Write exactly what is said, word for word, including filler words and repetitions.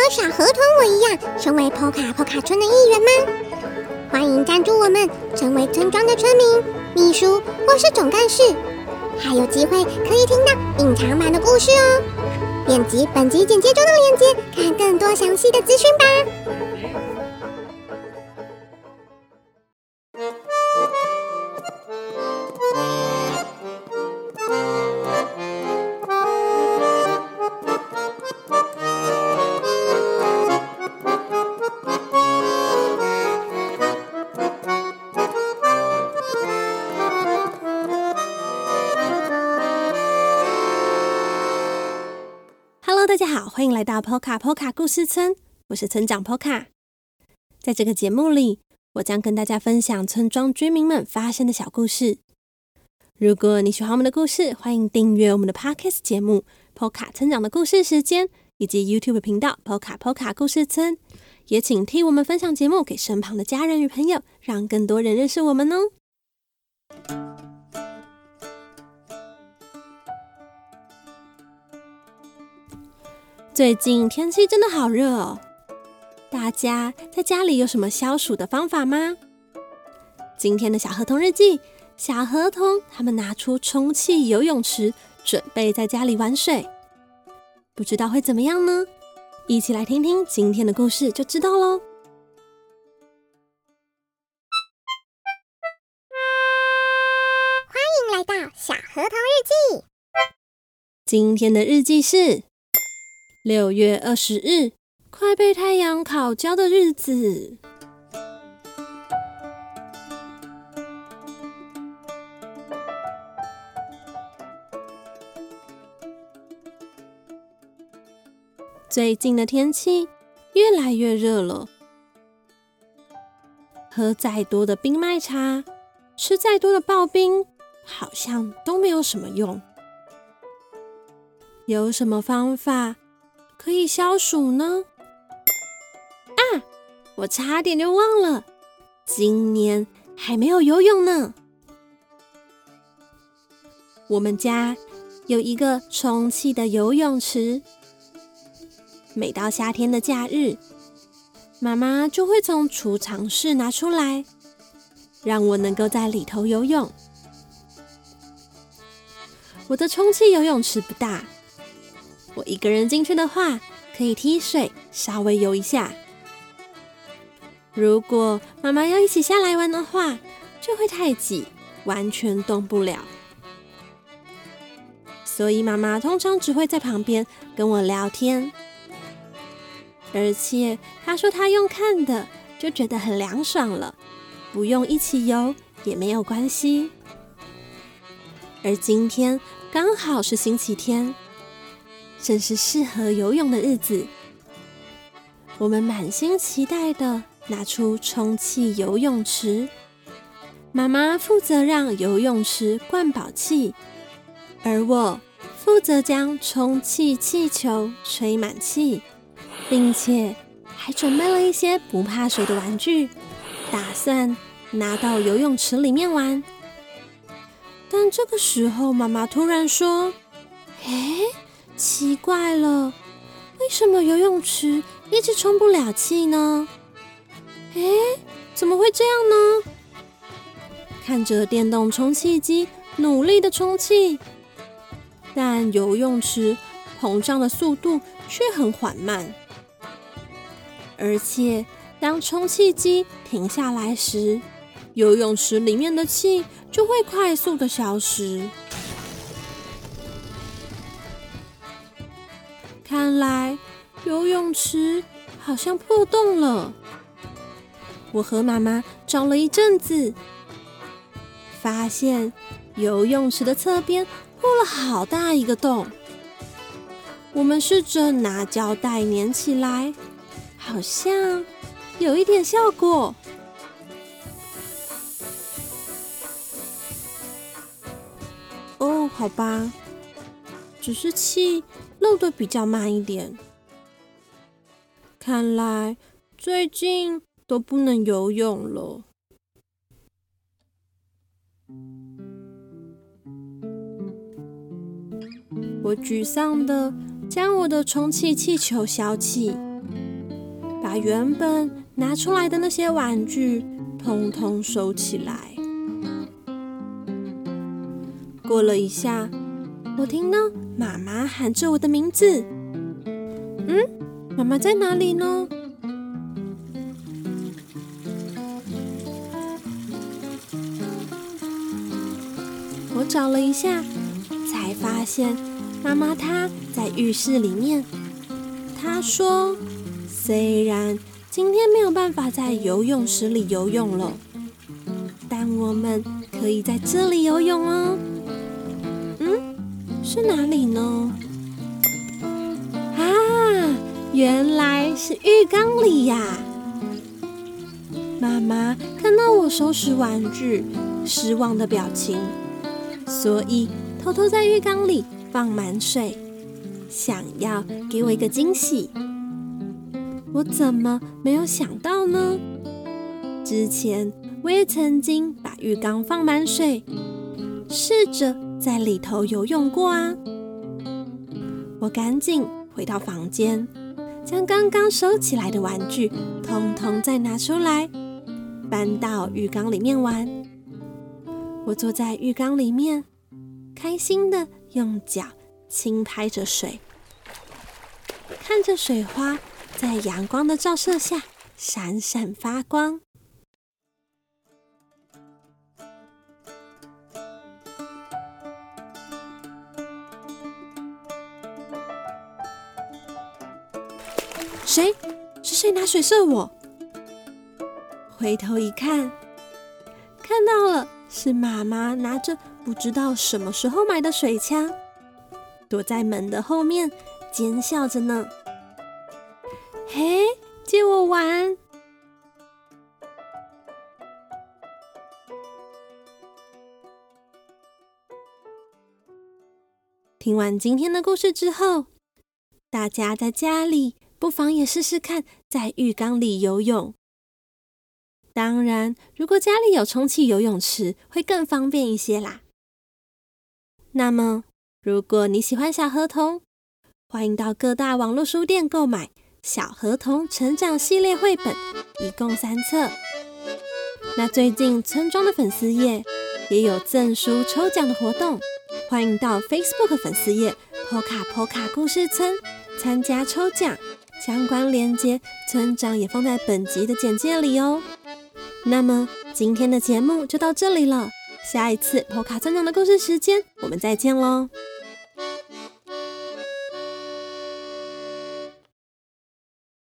小河童我一样，成为波卡波卡村的一员吗？欢迎赞助我们，成为村庄的村民、秘书或是总干事，还有机会可以听到隐藏版的故事哦。点击本集简介中的链接，看更多详细的资讯吧。 大家好，欢迎来到 Poca Poca 故事村，我是村长 Poca。在这个节目里，我将跟大家分享村庄居民们发生的小故事。如果你喜欢我们的故事，欢迎订阅我们的 Podcast 节目 Poca 村长的故事时间，以及 YouTube 频道 Poca Poca 故事村。也请替我们分享节目给身旁的家人与朋友，让更多人认识我们哦。最近天气真的好热哦，大家在家里有什么消暑的方法吗？今天的小河童日记，小河童他们拿出充气游泳池，准备在家里玩水，不知道会怎么样呢？一起来听听今天的故事就知道咯。 欢迎来到小河童日记。 今天的日记是六月二十日，快被太阳烤焦的日子。最近的天气越来越热了，喝再多的冰麦茶，吃再多的刨冰，好像都没有什么用。有什么方法可以消暑呢？啊，我差点就忘了，今年还没有游泳呢。我们家有一个充气的游泳池，每到夏天的假日，妈妈就会从储藏室拿出来，让我能够在里头游泳。我的充气游泳池不大，我一个人进去的话，可以踢水，稍微游一下。如果妈妈要一起下来玩的话，就会太挤，完全动不了。所以妈妈通常只会在旁边跟我聊天，而且她说她用看的就觉得很凉爽了，不用一起游也没有关系。而今天刚好是星期天，正是适合游泳的日子，我们满心期待的拿出充气游泳池。妈妈负责让游泳池灌饱气，而我负责将充气气球吹满气，并且还准备了一些不怕水的玩具，打算拿到游泳池里面玩。但这个时候，妈妈突然说：诶，奇怪了，为什么游泳池一直充不了气呢？诶，怎么会这样呢？看着电动充气机努力的充气，但游泳池膨胀的速度却很缓慢，而且当充气机停下来时，游泳池里面的气就会快速的消失。看来游泳池好像破洞了。我和妈妈找了一阵子，发现游泳池的侧边破了好大一个洞。我们试着拿胶带粘起来，好像有一点效果。哦，好吧，只是气漏得比较慢一点。看来最近都不能游泳了。我沮丧地将我的充气气球消气， 把原本拿出来的那些玩具通通收起来。过了一下，我听到妈妈喊着我的名字。嗯，妈妈在哪里呢？我找了一下，才发现妈妈她在浴室里面。她说，虽然今天没有办法在游泳池里游泳了，但我们可以在这里游泳哦。嗯，是哪里呢？啊，原来是浴缸里呀！妈妈看到我收拾玩具，失望的表情，所以偷偷在浴缸里放满水，想要给我一个惊喜。我怎么没有想到呢？之前我也曾经把浴缸放满水，试着在里头游泳过啊。我赶紧回到房间，将刚刚收起来的玩具通通再拿出来，搬到浴缸里面玩。我坐在浴缸里面，开心的用脚轻拍着水，看着水花在阳光的照射下闪闪发光。谁？是谁拿水射我？回头一看，看到了，是妈妈拿着不知道什么时候买的水枪，躲在门的后面尖笑着呢。嘿，借我玩！听完今天的故事之后，大家在家里不妨也试试看在浴缸里游泳。当然，如果家里有充气游泳池，会更方便一些啦。那么，如果你喜欢小河童，欢迎到各大网络书店购买《小河童成长系列绘本》，一共三册。那最近村庄的粉丝页也有赠书抽奖的活动，欢迎到 Facebook 粉丝页 Poca Poca 故事村参加抽奖，相关链接村长也放在本集的简介里哦。那么今天的节目就到这里了，下一次 Poca 村长的故事时间，我们再见喽。